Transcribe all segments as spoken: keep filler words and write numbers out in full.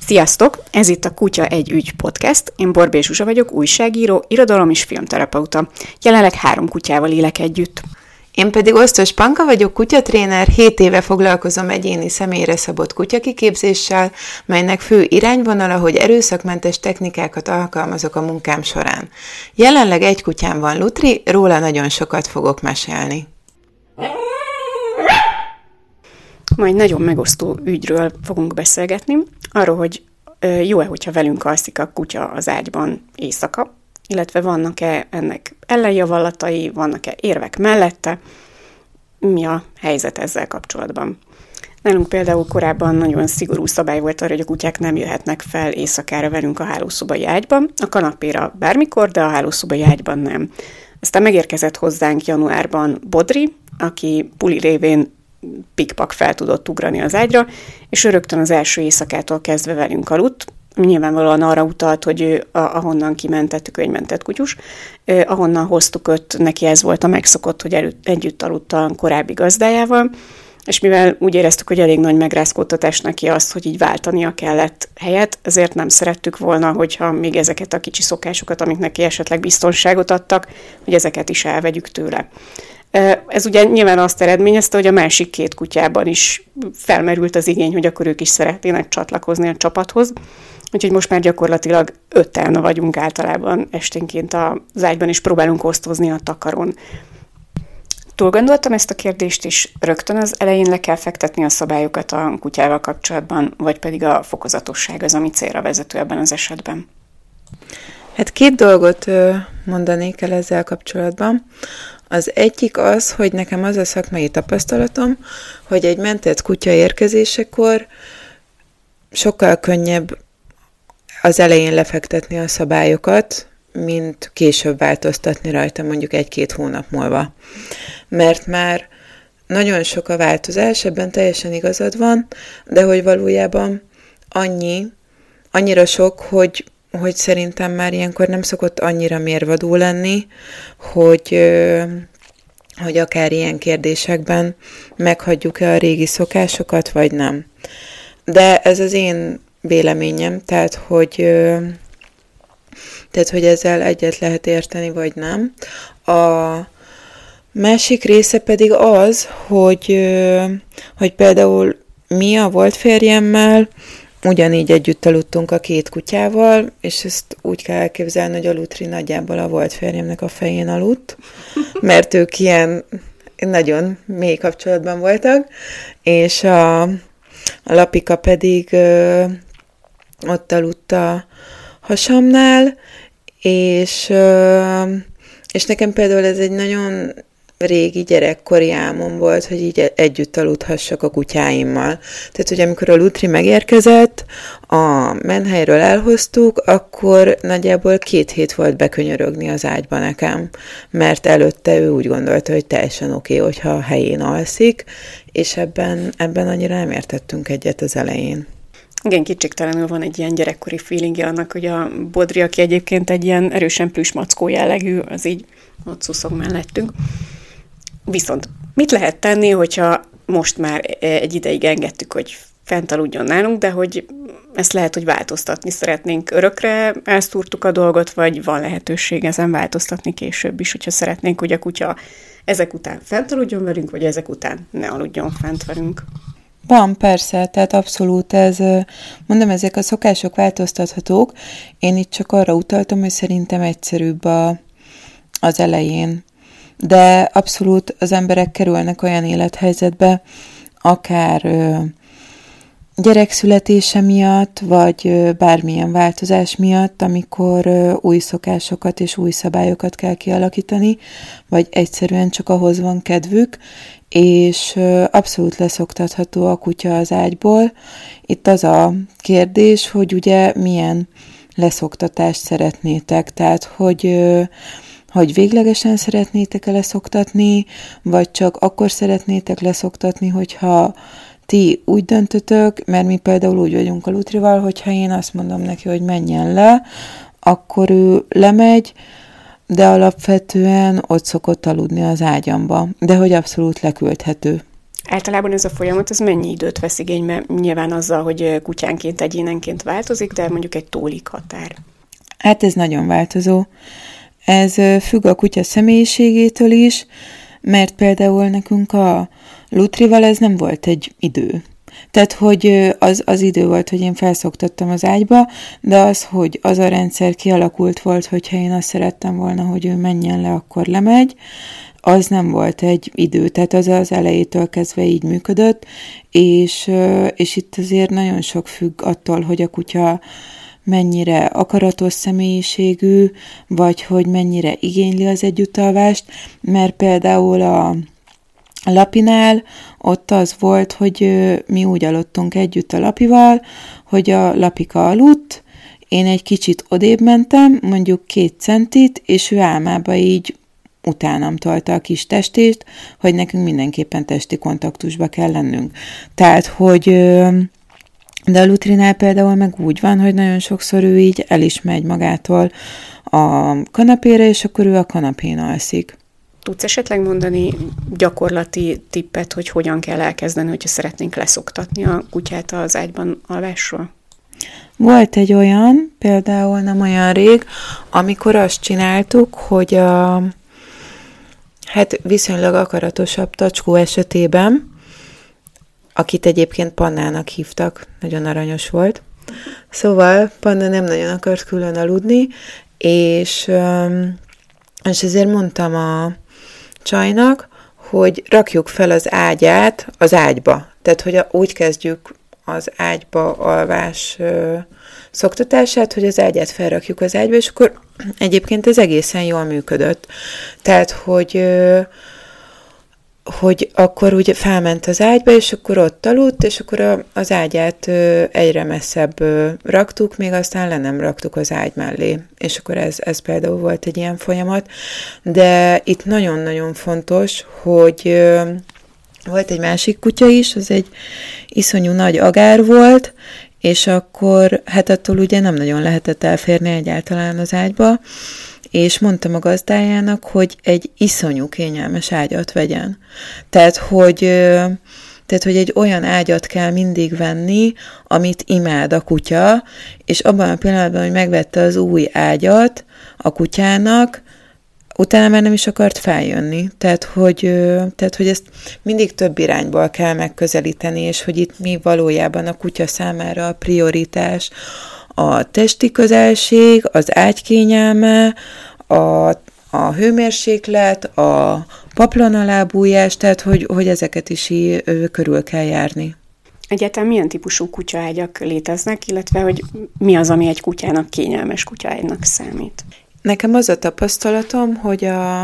Sziasztok! Ez itt a Kutya egy ügy podcast. Én Borbély Zsuzsa vagyok, újságíró, irodalom- és filmterapeuta. Jelenleg három kutyával élek együtt. Én pedig Osztos Panka vagyok, kutyatréner, hét éve foglalkozom egyéni személyre szabott kutyakiképzéssel, melynek fő irányvonala, hogy erőszakmentes technikákat alkalmazok a munkám során. Jelenleg egy kutyám van, Lutri, róla nagyon sokat fogok mesélni. Majd nagyon megosztó ügyről fogunk beszélgetni, arról, hogy jó-e, hogyha velünk alszik a kutya az ágyban éjszaka, illetve vannak-e ennek ellenjavallatai, vannak-e érvek mellette, mi a helyzet ezzel kapcsolatban. Nálunk például korábban nagyon szigorú szabály volt arra, hogy a kutyák nem jöhetnek fel éjszakára velünk a hálószobai ágyban, a kanapéra bármikor, de a hálószobai ágyban nem. Aztán megérkezett hozzánk januárban Bodri, aki buli révén pikpak fel tudott ugrani az ágyra, és ő rögtön az első éjszakától kezdve velünk aludt. Nyilvánvalóan arra utalt, hogy ő, ahonnan kimentettük, ő egy mentett kutyus, ahonnan hoztuk őt, neki ez volt a megszokott, hogy elő, együtt aludt a korábbi gazdájával, és mivel úgy éreztük, hogy elég nagy megrázkódtatás neki az, hogy így váltania kellett helyet, ezért nem szerettük volna, hogyha még ezeket a kicsi szokásokat, amik neki esetleg biztonságot adtak, hogy ezeket is elvegyük tőle. Ez ugye nyilván azt eredményezte, hogy a másik két kutyában is felmerült az igény, hogy akkor ők is szeretnének csatlakozni a csapathoz. Úgyhogy most már gyakorlatilag ötten vagyunk általában esténként az ágyban, és próbálunk osztozni a takaron. Túl gondoltam ezt a kérdést is, rögtön az elején le kell fektetni a szabályokat a kutyával kapcsolatban, vagy pedig a fokozatosság az, ami célra vezető ebben az esetben? Hát két dolgot mondanék el ezzel kapcsolatban. Az egyik az, hogy nekem az a szakmai tapasztalatom, hogy egy mentett kutya érkezésekor sokkal könnyebb az elején lefektetni a szabályokat, mint később változtatni rajta mondjuk egy-két hónap múlva. Mert már nagyon sok a változás, ebben teljesen igazad van, de hogy valójában annyi, annyira sok, hogy hogy szerintem már ilyenkor nem szokott annyira mérvadó lenni, hogy, hogy akár ilyen kérdésekben meghagyjuk-e a régi szokásokat, vagy nem. De ez az én véleményem, tehát hogy, tehát, hogy ezzel egyet lehet érteni, vagy nem. A másik része pedig az, hogy, hogy például mi a volt férjemmel ugyanígy együtt aludtunk a két kutyával, és ezt úgy kell elképzelni, hogy a Lutri nagyjából a volt férjemnek a fején aludt, mert ők ilyen nagyon mély kapcsolatban voltak, és a, a Lapika pedig ö, ott aludt a hasamnál, és, ö, és nekem például ez egy nagyon régi gyerekkori álmom volt, hogy így együtt aludhassak a kutyáimmal. Tehát, hogy amikor a Lutri megérkezett, a menhelyről elhoztuk, akkor nagyjából két hét volt bekönyörögni az ágyba nekem, mert előtte ő úgy gondolta, hogy teljesen oké, okay, hogyha a helyén alszik, és ebben, ebben annyira nem értettünk egyet az elején. Igen, kétségtelenül van egy ilyen gyerekkori feelingje annak, hogy a Bodri, aki egyébként egy ilyen erősen plüsmackó jellegű, az így ott szuszog mellettünk. Viszont mit lehet tenni, hogyha most már egy ideig engedtük, hogy fent aludjon nálunk, de hogy ezt lehet, hogy változtatni szeretnénk. Örökre elszúrtuk a dolgot, vagy van lehetőség ezen változtatni később is, hogyha szeretnénk, hogy a kutya ezek után fent aludjon velünk, vagy ezek után ne aludjon fent velünk. Van, persze, tehát abszolút ez, mondom, ezek a szokások változtathatók. Én itt csak arra utaltam, hogy szerintem egyszerűbb a, az elején. De abszolút az emberek kerülnek olyan élethelyzetbe, akár ö, gyerekszületése miatt, vagy ö, bármilyen változás miatt, amikor ö, új szokásokat és új szabályokat kell kialakítani, vagy egyszerűen csak ahhoz van kedvük, és ö, abszolút leszoktatható a kutya az ágyból. Itt az a kérdés, hogy ugye milyen leszoktatást szeretnétek, tehát hogy... Ö, hogy véglegesen szeretnétek leszoktatni, vagy csak akkor szeretnétek leszoktatni, hogyha ti úgy döntötök, mert mi például úgy vagyunk a Lutrival, hogyha én azt mondom neki, hogy menjen le, akkor ő lemegy, de alapvetően ott szokott aludni az ágyamba, de hogy abszolút leküldhető. Általában ez a folyamat, ez mennyi időt vesz igénybe? Nyilván azzal, hogy kutyánként, egyénenként változik, de mondjuk egy tólik határ. Hát ez nagyon változó. Ez függ a kutya személyiségétől is, mert például nekünk a Lutrival ez nem volt egy idő. Tehát, hogy az, az idő volt, hogy én felszoktattam az ágyba, de az, hogy az a rendszer kialakult volt, hogyha én azt szerettem volna, hogy ő menjen le, akkor lemegy, az nem volt egy idő, tehát az az elejétől kezdve így működött, és, és itt azért nagyon sok függ attól, hogy a kutya mennyire akaratos személyiségű, vagy hogy mennyire igényli az együttalvást, mert például a Lapinál ott az volt, hogy mi úgy aludtunk együtt a Lapival, hogy a Lapika aludt, én egy kicsit odébb mentem, mondjuk két centit, és ő álmába így utánam tolta a kis testét, hogy nekünk mindenképpen testi kontaktusba kell lennünk. Tehát, hogy de a Lutrinál például meg úgy van, hogy nagyon sokszor ő így el is megy magától a kanapére, és akkor ő a kanapén alszik. Tudsz esetleg mondani gyakorlati tippet, hogy hogyan kell elkezdeni, hogyha szeretnénk leszoktatni a kutyát az ágyban alvásról? Volt egy olyan, például nem olyan rég, amikor azt csináltuk, hogy a hát viszonylag akaratosabb tacskó esetében, akit egyébként Pannának hívtak, nagyon aranyos volt. Szóval Panna nem nagyon akart külön aludni, és, és ezért mondtam a csajnak, hogy rakjuk fel az ágyát az ágyba. Tehát, hogy úgy kezdjük az ágyba alvás ö, szoktatását, hogy az ágyát felrakjuk az ágyba, és akkor egyébként ez egészen jól működött. Tehát, hogy, ö, hogy akkor ugye felment az ágyba, és akkor ott aludt, és akkor a, az ágyát ö, egyre messzebb ö, raktuk, még aztán le nem raktuk az ágy mellé. És akkor ez, ez például volt egy ilyen folyamat. De itt nagyon-nagyon fontos, hogy ö, volt egy másik kutya is, az egy iszonyú nagy agár volt, és akkor hát attól ugye nem nagyon lehetett elférni egyáltalán az ágyba, és mondtam a gazdájának, hogy egy iszonyú kényelmes ágyat vegyen. Tehát, hogy, tehát, hogy egy olyan ágyat kell mindig venni, amit imád a kutya, és abban a pillanatban, hogy megvette az új ágyat a kutyának, utána már nem is akart feljönni. Tehát hogy, tehát, hogy ezt mindig több irányból kell megközelíteni, és hogy itt mi valójában a kutya számára a prioritás, a testi közelség, az ágy kényelme, a, a hőmérséklet, a paplon alá bújás, tehát hogy, hogy ezeket is így körül kell járni. Egyáltalán milyen típusú kutyaágyak léteznek, illetve hogy mi az, ami egy kutyának kényelmes kutyaágynak számít? Nekem az a tapasztalatom, hogy a,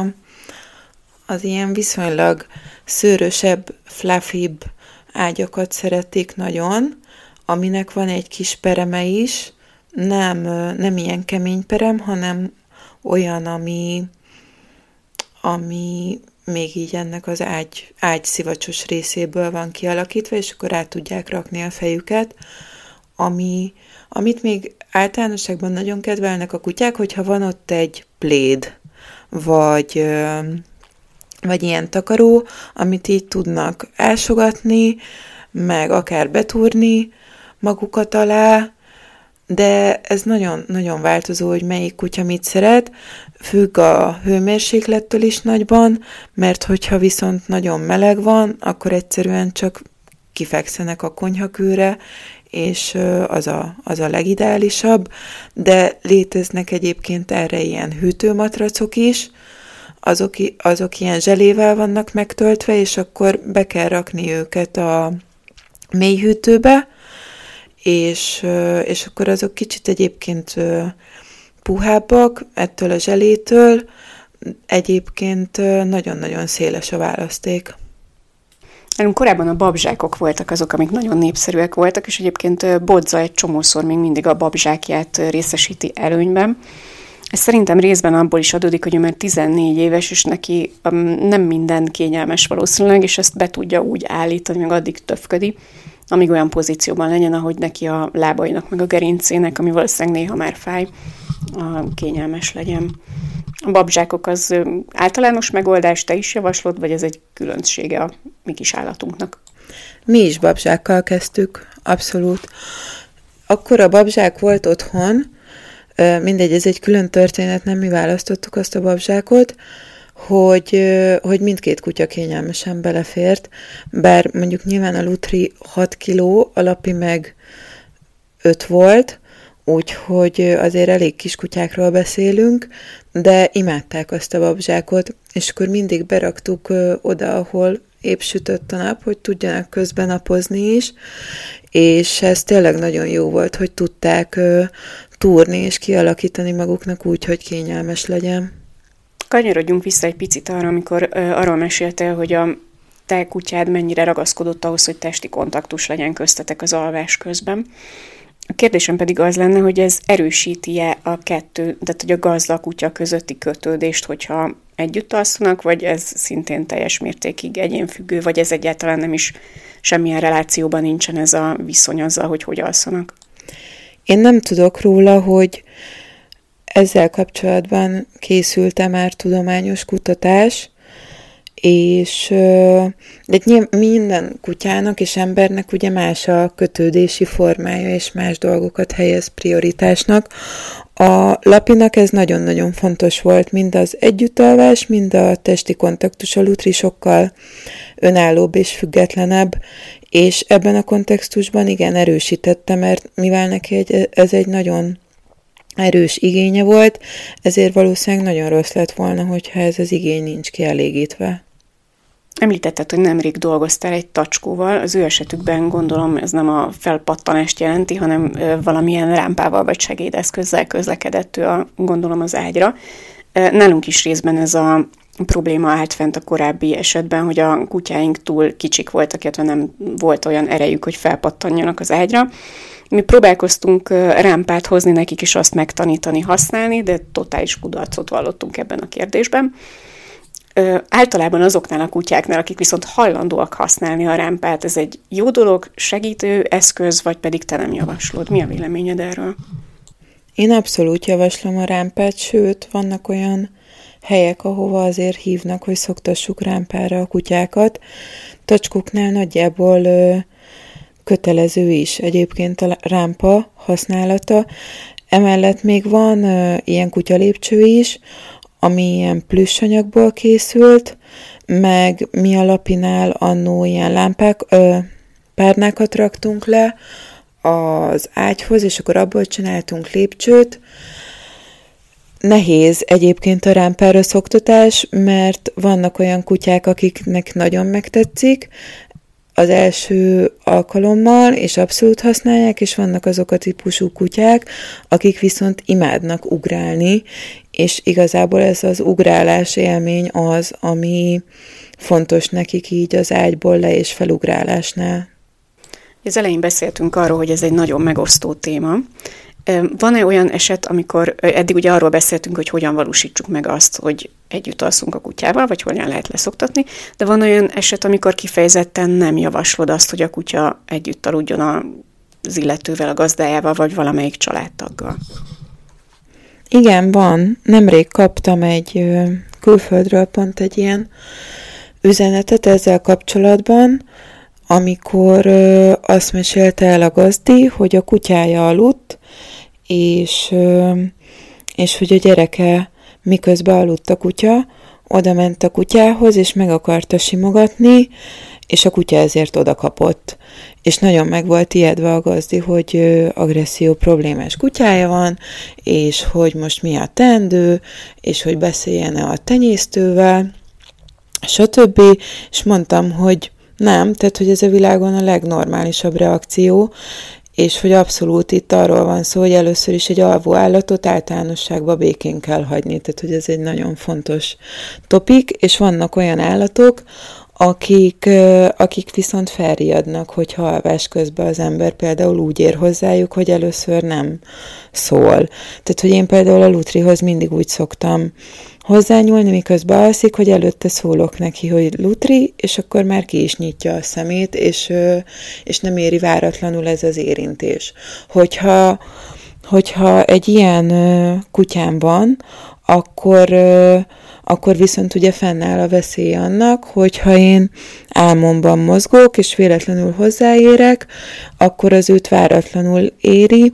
az ilyen viszonylag szőrösebb, fluffibb ágyakat szeretik nagyon, aminek van egy kis pereme is, nem, nem ilyen kemény perem, hanem olyan, ami, ami még így ennek az ágy, ágy szivacsos részéből van kialakítva, és akkor át tudják rakni a fejüket, ami, amit még általánosságban nagyon kedvelnek a kutyák, hogyha van ott egy pléd, vagy, vagy ilyen takaró, amit így tudnak elsogatni, meg akár betúrni magukat alá, de ez nagyon-nagyon változó, hogy melyik kutya mit szeret, függ a hőmérséklettől is nagyban, mert hogyha viszont nagyon meleg van, akkor egyszerűen csak kifekszenek a konyhakőre, és az a, az a legideálisabb, de léteznek egyébként erre ilyen hűtőmatracok is, azok, azok ilyen zselével vannak megtöltve, és akkor be kell rakni őket a mélyhűtőbe, és, és akkor azok kicsit egyébként puhábbak ettől a zselétől, egyébként nagyon-nagyon széles a választék. Nálunk korábban a babzsákok voltak azok, amik nagyon népszerűek voltak, és egyébként Bodza egy csomószor még mindig a babzsákját részesíti előnyben. Ez szerintem részben abból is adódik, hogy ő már tizennégy éves, és neki nem minden kényelmes valószínűleg, és ezt be tudja úgy állítani, meg addig töfködi, amíg olyan pozícióban legyen, ahogy neki a lábainak, meg a gerincének, ami valószínűleg néha már fáj, a kényelmes legyen. A babzsákok az általános megoldás, te is javaslod, vagy ez egy különbsége a mi kis állatunknak. Mi is babzsákkal kezdtük, abszolút. Akkor a babzsák volt otthon, mindegy, ez egy külön történet, nem mi választottuk azt a babzsákot, hogy, hogy mindkét kutya kényelmesen belefért, bár mondjuk nyilván a Lutri hat kiló, a Lapi meg öt volt, úgyhogy azért elég kis kutyákról beszélünk, de imádták azt a babzsákot, és akkor mindig beraktuk oda, ahol épp sütött a nap, hogy tudjanak közben napozni is, és ez tényleg nagyon jó volt, hogy tudták túrni és kialakítani maguknak úgy, hogy kényelmes legyen. Kanyarodjunk vissza egy picit arra, amikor uh, arról meséltél, hogy a te kutyád mennyire ragaszkodott ahhoz, hogy testi kontaktus legyen köztetek az alvás közben. A kérdésem pedig az lenne, hogy ez erősíti-e a kettő, tehát hogy a gazda kutya közötti kötődést, hogyha együtt alszanak, vagy ez szintén teljes mértékig egyénfüggő, vagy ez egyáltalán nem is semmilyen relációban nincsen ez a viszony azzal, hogy hogy alszanak? Én nem tudok róla, hogy ezzel kapcsolatban készült-e már tudományos kutatás, és de minden kutyának és embernek ugye más a kötődési formája, és más dolgokat helyez prioritásnak. A Lapinak ez nagyon-nagyon fontos volt, mind az együttalvás, mind a testi kontaktus. A Lutri sokkal önállóbb és függetlenebb, és ebben a kontextusban igen erősítette, mert mivel neki egy, ez egy nagyon erős igénye volt, ezért valószínűleg nagyon rossz lett volna, hogyha ez az igény nincs kielégítve. Említetted, hogy nemrég dolgoztál egy tacskóval, az ő esetükben gondolom ez nem a felpattanást jelenti, hanem valamilyen rámpával vagy segédeszközzel közlekedett ő a, gondolom az ágyra. Nálunk is részben ez a probléma állt fent a korábbi esetben, hogy a kutyáink túl kicsik voltak, illetve nem volt olyan erejük, hogy felpattanjanak az ágyra. Mi próbálkoztunk rámpát hozni nekik, és azt megtanítani, használni, de totális kudarcot vallottunk ebben a kérdésben. Ö, általában azoknál a kutyáknál, akik viszont hajlandóak használni a rámpát, ez egy jó dolog, segítő eszköz, vagy pedig te nem javaslod? Mi a véleményed erről? Én abszolút javaslom a rámpát, sőt, vannak olyan helyek, ahova azért hívnak, hogy szoktassuk rámpára a kutyákat. Tacskóknál nagyjából ö, kötelező is egyébként a rámpa használata. Emellett még van ö, ilyen kutyalépcső is, ami ilyen plüssanyagból készült, meg mi a Lapinál annó ilyen lámpák, ö, párnákat raktunk le az ágyhoz, és akkor abból csináltunk lépcsőt. Nehéz egyébként a rámpára szoktatás, mert vannak olyan kutyák, akiknek nagyon megtetszik az első alkalommal, és abszolút használják, és vannak azok a típusú kutyák, akik viszont imádnak ugrálni, és igazából ez az ugrálás élmény az, ami fontos nekik így az ágyból le- és felugrálásnál. Az elején beszéltünk arról, hogy ez egy nagyon megosztó téma. Van-e olyan eset, amikor eddig ugye arról beszéltünk, hogy hogyan valósítsuk meg azt, hogy együtt alszunk a kutyával, vagy hogyan lehet leszoktatni, de van olyan eset, amikor kifejezetten nem javaslod azt, hogy a kutya együtt aludjon az illetővel, a gazdájával, vagy valamelyik családtaggal? Igen, van. Nemrég kaptam egy külföldről pont egy ilyen üzenetet ezzel kapcsolatban, amikor azt mesélte el a gazdi, hogy a kutyája aludt, és, és hogy a gyereke miközben aludt a kutya, oda ment a kutyához, és meg akarta simogatni, és a kutya ezért oda kapott. És nagyon meg volt ijedve a gazdi, hogy agresszió problémás kutyája van, és hogy most mi a teendő, és hogy beszéljen-e a tenyésztővel, stb. És mondtam, hogy nem, tehát, hogy ez a világon a legnormálisabb reakció, és hogy abszolút itt arról van szó, hogy először is egy alvó állatot általánosságban békén kell hagyni, tehát, hogy ez egy nagyon fontos topik, és vannak olyan állatok, akik, akik viszont felriadnak, hogyha alvás közben az ember például úgy ér hozzájuk, hogy először nem szól. Tehát, hogy én például a Lutrihoz mindig úgy szoktam hozzányúlni, miközben alszik, hogy előtte szólok neki, hogy Lutri, és akkor már ki is nyitja a szemét, és, és nem éri váratlanul ez az érintés. Hogyha, hogyha egy ilyen kutyám van, akkor, akkor viszont ugye fennáll a veszély annak, hogyha én álmomban mozgok, és véletlenül hozzáérek, akkor az őt váratlanul éri,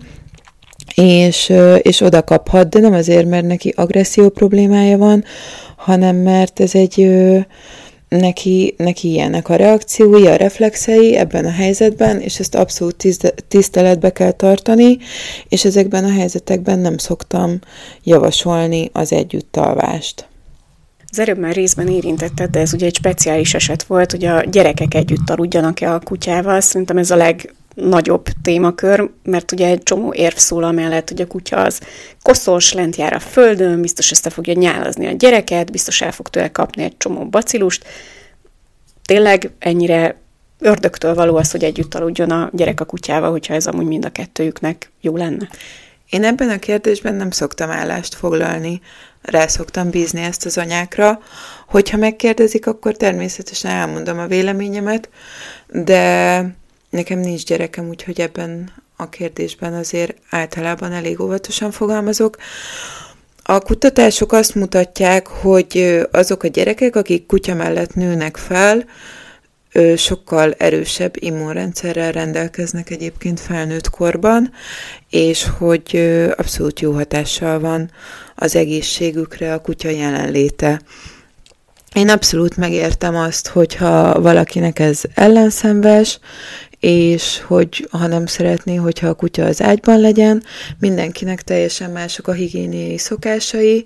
és, és oda kaphat, de nem azért, mert neki agresszió problémája van, hanem mert ez egy, neki, neki ilyenek a reakciói, a reflexei ebben a helyzetben, és ezt abszolút tiszteletbe kell tartani, és ezekben a helyzetekben nem szoktam javasolni az együttalvást. Az előbb már részben érintetted, de ez ugye egy speciális eset volt, hogy a gyerekek együtt aludjanak-e a kutyával. Szerintem ez a legnagyobb témakör, mert ugye egy csomó érv szól amellett, hogy a kutya az koszos, lent jár a földön, biztos össze fogja nyálazni a gyereket, biztos el fog tőle kapni egy csomó bacillust. Tényleg ennyire ördögtől való az, hogy együtt aludjon a gyerek a kutyával, hogyha ez amúgy mind a kettőjüknek jó lenne? Én ebben a kérdésben nem szoktam állást foglalni, rá szoktam bízni ezt az anyákra. Hogyha megkérdezik, akkor természetesen elmondom a véleményemet, de nekem nincs gyerekem, úgyhogy ebben a kérdésben azért általában elég óvatosan fogalmazok. A kutatások azt mutatják, hogy azok a gyerekek, akik kutya mellett nőnek fel, sokkal erősebb immunrendszerrel rendelkeznek egyébként felnőtt korban, és hogy abszolút jó hatással van az egészségükre a kutya jelenléte. Én abszolút megértem azt, hogyha valakinek ez ellenszenves, és hogy ha nem szeretné, hogyha a kutya az ágyban legyen, mindenkinek teljesen mások a higiéniai szokásai.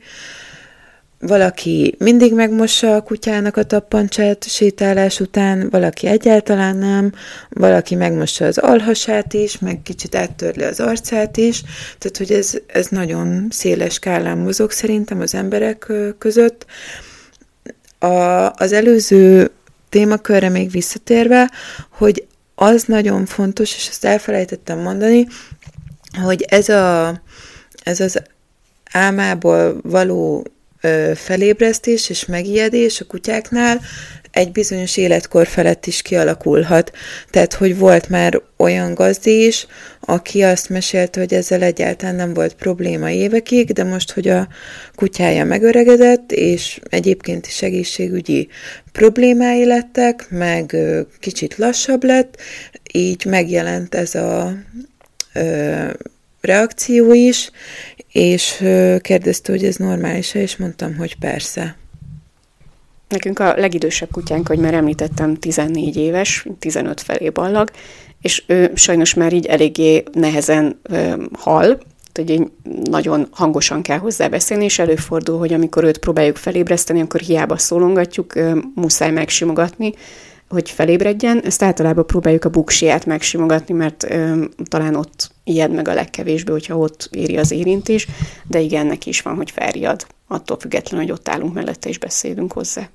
Valaki mindig megmossa a kutyának a tappancsát sétálás után, valaki egyáltalán nem, valaki megmossa az alhasát is, meg kicsit áttörli az arcát is, tehát hogy ez, ez nagyon széles skálán mozog szerintem az emberek között. A, az előző témakörre még visszatérve, hogy az nagyon fontos, és ezt elfelejtettem mondani, hogy ez, a, ez az álmából való ö, felébresztés és megijedés a kutyáknál egy bizonyos életkor felett is kialakulhat. Tehát, hogy volt már olyan gazdi is, aki azt mesélte, hogy ezzel egyáltalán nem volt probléma évekig, de most, hogy a kutyája megöregedett, és egyébként is egészségügyi problémái lettek, meg kicsit lassabb lett, így megjelent ez a ö, reakció is, és ö, kérdezte, hogy ez normális-e, és mondtam, hogy persze. Nekünk a legidősebb kutyánk, hogy már említettem, tizennégy éves, tizenöt felé ballag, és ő sajnos már így eléggé nehezen ö, hall, hogy így nagyon hangosan kell hozzá beszélni, és előfordul, hogy amikor őt próbáljuk felébreszteni, akkor hiába szólongatjuk, ö, muszáj megsimogatni, hogy felébredjen. Ezt általában próbáljuk a buksiját megsimogatni, mert ö, talán ott ijed meg a legkevésbé, hogyha ott éri az érintés, de igen, neki is van, hogy felriad, attól függetlenül, hogy ott állunk mellette és beszélünk hozzá.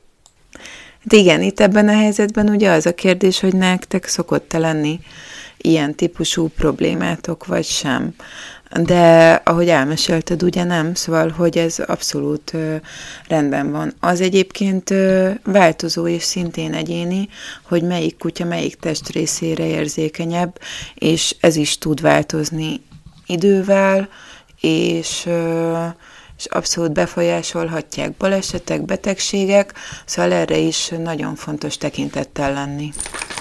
De igen, itt ebben a helyzetben ugye az a kérdés, hogy nektek szokott-e lenni ilyen típusú problémátok, vagy sem. De ahogy elmesélted, ugye nem, szóval, hogy ez abszolút ö, rendben van. Az egyébként ö, változó és szintén egyéni, hogy melyik kutya melyik testrészére érzékenyebb, és ez is tud változni idővel, és... Ö, és abszolút befolyásolhatják balesetek, betegségek, szóval erre is nagyon fontos tekintettel lenni.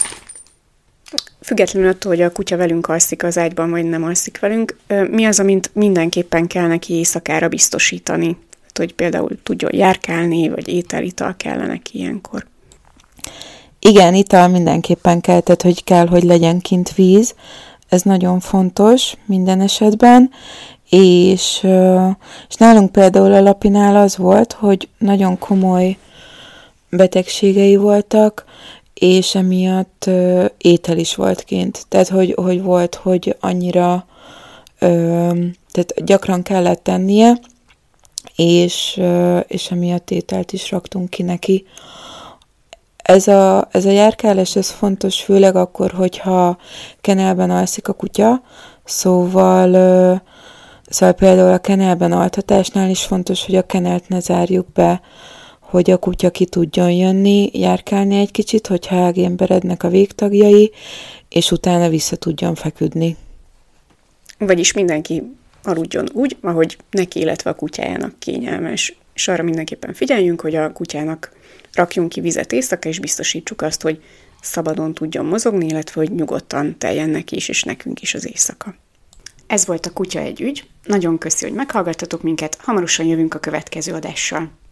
Függetlenül attól, hogy a kutya velünk alszik az ágyban, vagy nem alszik velünk, mi az, amint mindenképpen kell neki éjszakára biztosítani? Hogy például tudjon járkálni, vagy étel, ital kell neki ilyenkor? Igen, ital mindenképpen kell, tehát hogy kell, hogy legyen kint víz. Ez nagyon fontos minden esetben. És, és nálunk például a Lapinál az volt, hogy nagyon komoly betegségei voltak, és emiatt étel is volt kint. Tehát, hogy, hogy volt, hogy annyira, tehát gyakran kellett tennie, és, és emiatt ételt is raktunk ki neki. Ez a, ez a járkálás, ez fontos, főleg akkor, hogyha kenelben alszik a kutya, szóval... Szóval például a kenelben altatásnál is fontos, hogy a kenelt ne zárjuk be, hogy a kutya ki tudjon jönni, járkálni egy kicsit, hogyha elgémberednek a végtagjai, és utána vissza tudjon feküdni. Vagyis mindenki aludjon úgy, ahogy neki, illetve a kutyájának kényelmes. És arra mindenképpen figyeljünk, hogy a kutyának rakjunk ki vizet éjszaka, és biztosítsuk azt, hogy szabadon tudjon mozogni, illetve hogy nyugodtan teljen neki is, és nekünk is az éjszaka. Ez volt a Kutya egy ügy. Nagyon köszi, hogy meghallgattatok minket, hamarosan jövünk a következő adással.